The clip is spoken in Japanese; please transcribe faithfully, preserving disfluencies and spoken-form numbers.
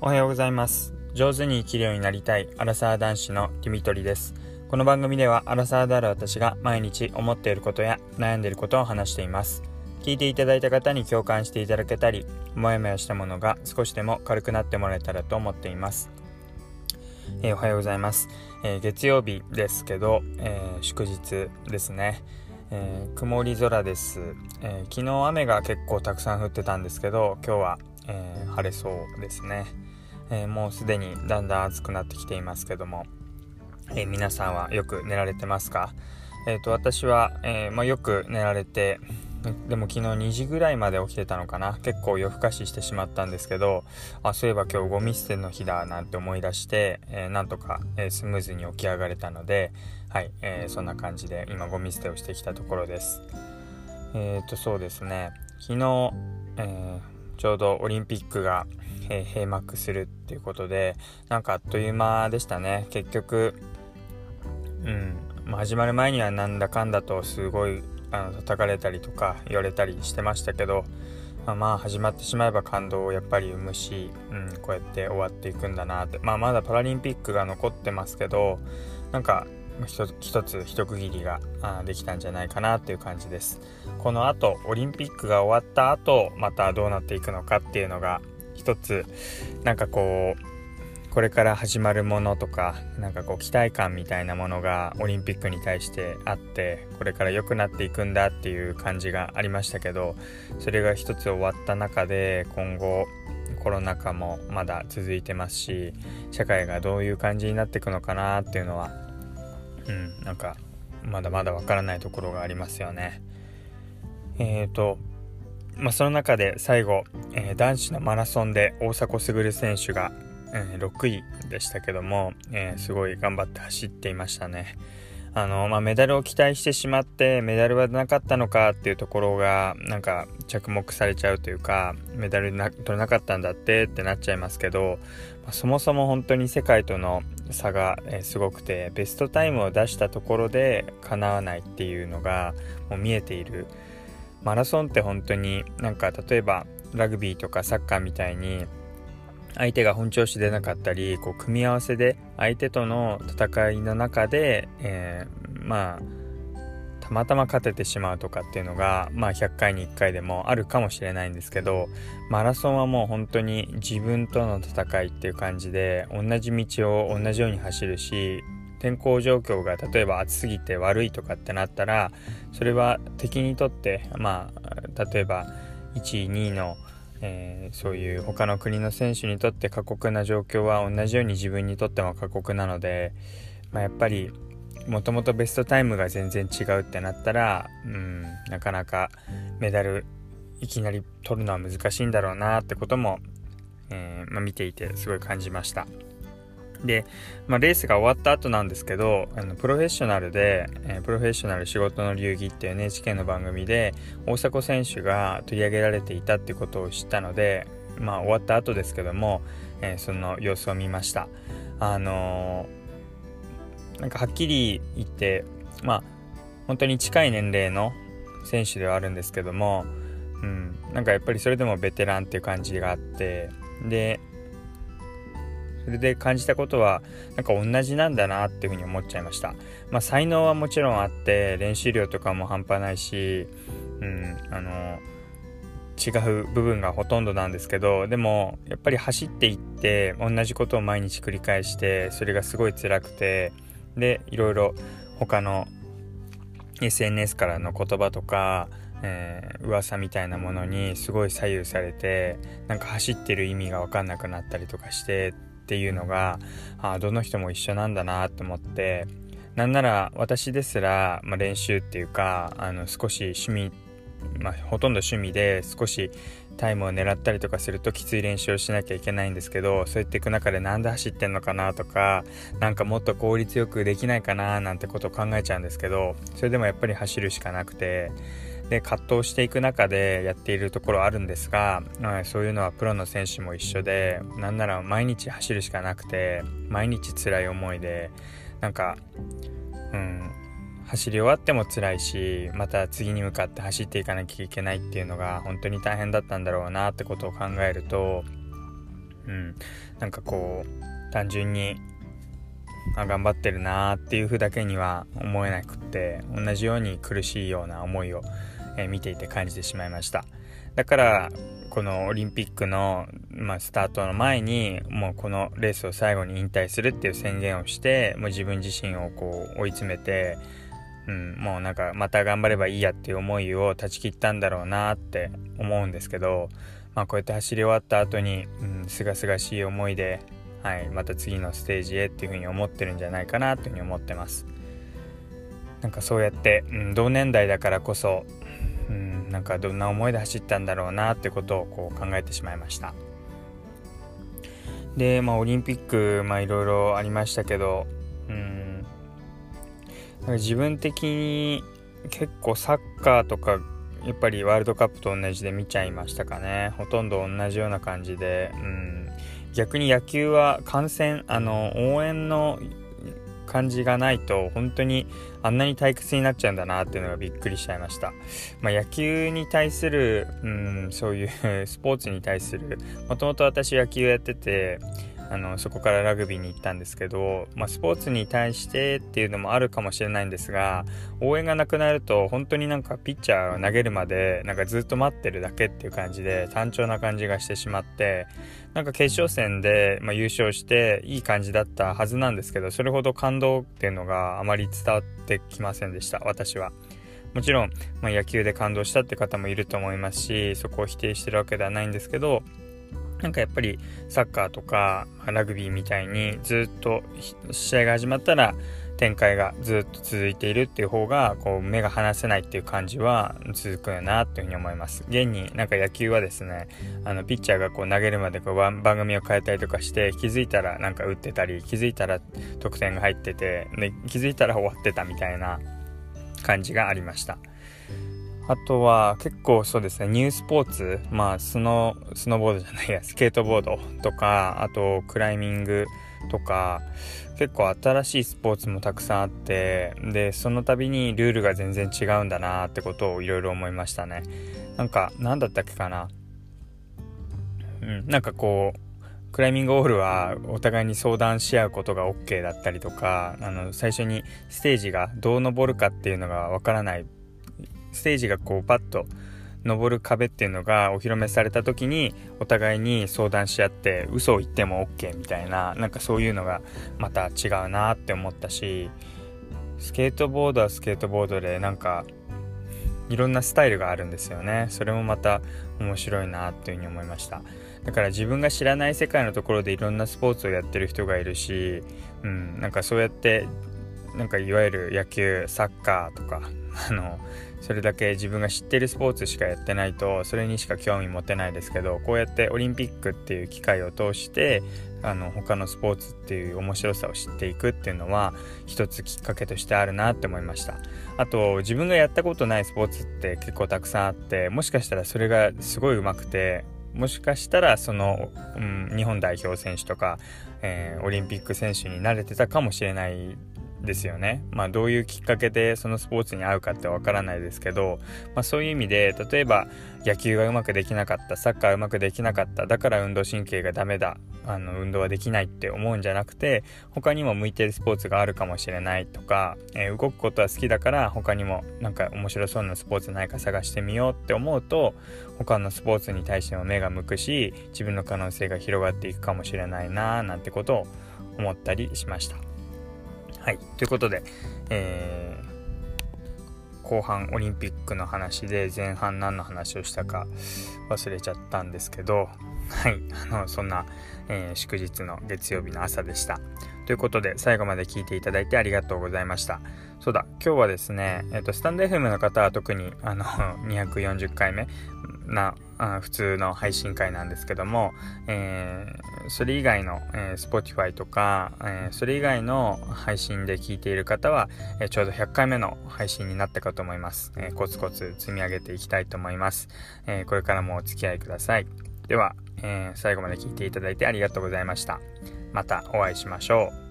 おはようございます。上手に生きるようになりたいアラサー男子のディミトリです。この番組ではアラサーである私が毎日思っていることや悩んでいることを話しています。聞いていただいた方に共感していただけたり、もやもやしたものが少しでも軽くなってもらえたらと思っています。えー、おはようございます。えー、月曜日ですけど、えー、祝日ですね。えー、曇り空です。えー、昨日雨が結構たくさん降ってたんですけど、今日は、えー、晴れそうですね。えー、もうすでにだんだん暑くなってきていますけども、えー、皆さんはよく寝られてますか？えーと、私は、えーまあ、よく寝られて、でも昨日にじぐらいまで起きてたのかな。結構夜更かししてしまったんですけど、あ、そういえば今日ゴミ捨ての日だなんて思い出して、えー、なんとか、えー、スムーズに起き上がれたので、はい、えー、そんな感じで今ゴミ捨てをしてきたところです。えーとそうですね、昨日、えー、ちょうどオリンピックが、えー、閉幕するっていうことで、なんかあっという間でしたね。結局、うんまあ、始まる前にはなんだかんだとすごいあの叩かれたりとか言われたりしてましたけど、まあ、まあ始まってしまえば感動をやっぱり生むし、うん、こうやって終わっていくんだなって、まあ、まだパラリンピックが残ってますけど、なんか一つ一つ一区切りができたんじゃないかなっていう感じです。この後オリンピックが終わった後またどうなっていくのかっていうのが一つなんかこうこれから始まるものとか、なんかこう期待感みたいなものがオリンピックに対してあって、これから良くなっていくんだっていう感じがありましたけど、それが一つ終わった中で今後コロナ禍もまだ続いてますし、社会がどういう感じになっていくのかなっていうのは、うんなんかまだまだわからないところがありますよね。えーとまあその中で最後、えー、男子のマラソンで大迫傑選手がろくいでしたけども、えー、すごい頑張って走っていましたね。あの、まあ、メダルを期待してしまってメダルはなかったのかっていうところがなんか着目されちゃうというか、メダルな取れなかったんだってってなっちゃいますけど、まあ、そもそも本当に世界との差が、えー、すごくて、ベストタイムを出したところで叶わないっていうのがもう見えている。マラソンって本当になんか例えばラグビーとかサッカーみたいに相手が本調子でなかったり、こう組み合わせで相手との戦いの中で、えー、まあたまたま勝ててしまうとかっていうのが、まあひゃっかいにいっかいでもあるかもしれないんですけど、マラソンはもう本当に自分との戦いっていう感じで、同じ道を同じように走るし、天候状況が例えば暑すぎて悪いとかってなったら、それは敵にとってまあ例えばいちいにいのえー、そういう他の国の選手にとって過酷な状況は同じように自分にとっても過酷なので、まあ、やっぱりもともとベストタイムが全然違うってなったら、うん、なかなかメダルいきなり取るのは難しいんだろうなってことも、えーまあ、見ていてすごい感じました。で、まあ、レースが終わった後なんですけど、あのプロフェッショナルで、えー、プロフェッショナル仕事の流儀っていう エヌエイチケー の番組で大迫選手が取り上げられていたっていうことを知ったので、まあ終わった後ですけども、えー、その様子を見ました。あのー、なんかはっきり言って、まあ本当に近い年齢の選手ではあるんですけども、うん、なんかやっぱりそれでもベテランっていう感じがあって、でそれで感じたことはなんか同じなんだなっていうふうに思っちゃいました。まあ才能はもちろんあって練習量とかも半端ないし、うんあの違う部分がほとんどなんですけど、でもやっぱり走っていって同じことを毎日繰り返して、それがすごい辛くて、でいろいろ他の エスエヌエス からの言葉とか、えー、噂みたいなものにすごい左右されて、なんか走ってる意味が分かんなくなったりとかしてっていうのが、あどの人も一緒なんだなと思って、なんなら私ですら、まあ、練習っていうかあの少し趣味、まあ、ほとんど趣味で少しタイムを狙ったりとかするときつい練習をしなきゃいけないんですけど、そうやっていく中でなんで走ってんのかなとか、なんかもっと効率よくできないかななんてことを考えちゃうんですけど、それでもやっぱり走るしかなくて、で葛藤していく中でやっているところあるんですが、まあ、そういうのはプロの選手も一緒で、なんなら毎日走るしかなくて、毎日辛い思いで、なんかうん走り終わっても辛いし、また次に向かって走っていかなきゃいけないっていうのが本当に大変だったんだろうなってことを考えると、 うん、なんかこう単純にあ頑張ってるなーっていう風だけには思えなくって、同じように苦しいような思いを、えー、見ていて感じてしまいました。だからこのオリンピックの、まあ、スタートの前にもうこのレースを最後に引退するっていう宣言をして、もう自分自身をこう追い詰めて、うん、もうなんかまた頑張ればいいやっていう思いを断ち切ったんだろうなって思うんですけど、まあ、こうやって走り終わった後にすがすがしい思いで、はい、また次のステージへっていうふうに思ってるんじゃないかなというふうに思ってます。なんかそうやって、うん、同年代だからこそ、うん、なんかどんな思いで走ったんだろうなってことをこう考えてしまいました。で、まあ、オリンピック、まあ、いろいろありましたけど、うん、なんか自分的に結構サッカーとかやっぱりワールドカップと同じで見ちゃいましたかね。ほとんど同じような感じで、うん、逆に野球は観戦、あの応援の感じがないと本当にあんなに退屈になっちゃうんだなっていうのがびっくりしちゃいました。まあ、野球に対する、うん、そういうスポーツに対する、もともと私野球やってて、あのそこからラグビーに行ったんですけど、まあ、スポーツに対してっていうのもあるかもしれないんですが、応援がなくなると本当になんかピッチャーが投げるまでなんかずっと待ってるだけっていう感じで単調な感じがしてしまって、なんか決勝戦で、まあ、優勝していい感じだったはずなんですけど、それほど感動っていうのがあまり伝わってきませんでした。私はもちろん、まあ、野球で感動したって方もいると思いますし、そこを否定してるわけではないんですけど、なんかやっぱりサッカーとかラグビーみたいにずっと試合が始まったら展開がずっと続いているっていう方がこう目が離せないっていう感じは続くよなというふうに思います。現になんか野球はですね、あのピッチャーがこう投げるまでこう番組を変えたりとかして、気づいたらなんか打ってたり、気づいたら得点が入ってて、で気づいたら終わってたみたいな感じがありました。あとは結構そうですね、ニュースポーツ、まあスノスノーボードじゃないやスケートボードとか、あとクライミングとか、結構新しいスポーツもたくさんあって、でその度にルールが全然違うんだなってことをいろいろ思いましたね。なんか何だったっけかな、うん、なんかこうクライミングオールはお互いに相談し合うことが OK だったりとか、あの最初にステージがどう登るかっていうのがわからない、ステージがこうパッと登る壁っていうのがお披露目された時にお互いに相談し合って嘘を言っても OK みたいな、なんかそういうのがまた違うなって思ったし、スケートボードはスケートボードでなんかいろんなスタイルがあるんですよね。それもまた面白いなっていうふうに思いました。だから自分が知らない世界のところでいろんなスポーツをやってる人がいるし、うん、なんかそうやってなんかいわゆる野球、サッカーとかあのそれだけ自分が知ってるスポーツしかやってないとそれにしか興味持てないですけど、こうやってオリンピックっていう機会を通してあの他のスポーツっていう面白さを知っていくっていうのは一つきっかけとしてあるなって思いました。あと自分がやったことないスポーツって結構たくさんあって、もしかしたらそれがすごい上手くて、もしかしたらその、うん、日本代表選手とか、えー、オリンピック選手になれてたかもしれないですよね。まあどういうきっかけでそのスポーツに合うかってわからないですけど、まあそういう意味で例えば野球がうまくできなかった、サッカーうまくできなかった、だから運動神経がダメだ、あの運動はできないって思うんじゃなくて、他にも向いてるスポーツがあるかもしれないとか、えー、動くことは好きだから他にもなんか面白そうなスポーツないか探してみようって思うと、他のスポーツに対しても目が向くし、自分の可能性が広がっていくかもしれないななんてことを思ったりしました。はい、ということで、えー、後半オリンピックの話で前半何の話をしたか忘れちゃったんですけど、はい、あのそんな、えー、祝日の月曜日の朝でした。ということで最後まで聞いていただいてありがとうございました。そうだ、今日はですね、えーと、スタンド エフエム の方は特にあのにひゃくよんじゅっかいめなあ普通の配信会なんですけども、えー、それ以外の、えー、Spotify とか、えー、それ以外の配信で聞いている方は、えー、ちょうどひゃっかいめの配信になったかと思います。えー、コツコツ積み上げていきたいと思います。えー、これからもお付き合いください。では、えー、最後まで聞いていただいてありがとうございました。またお会いしましょう。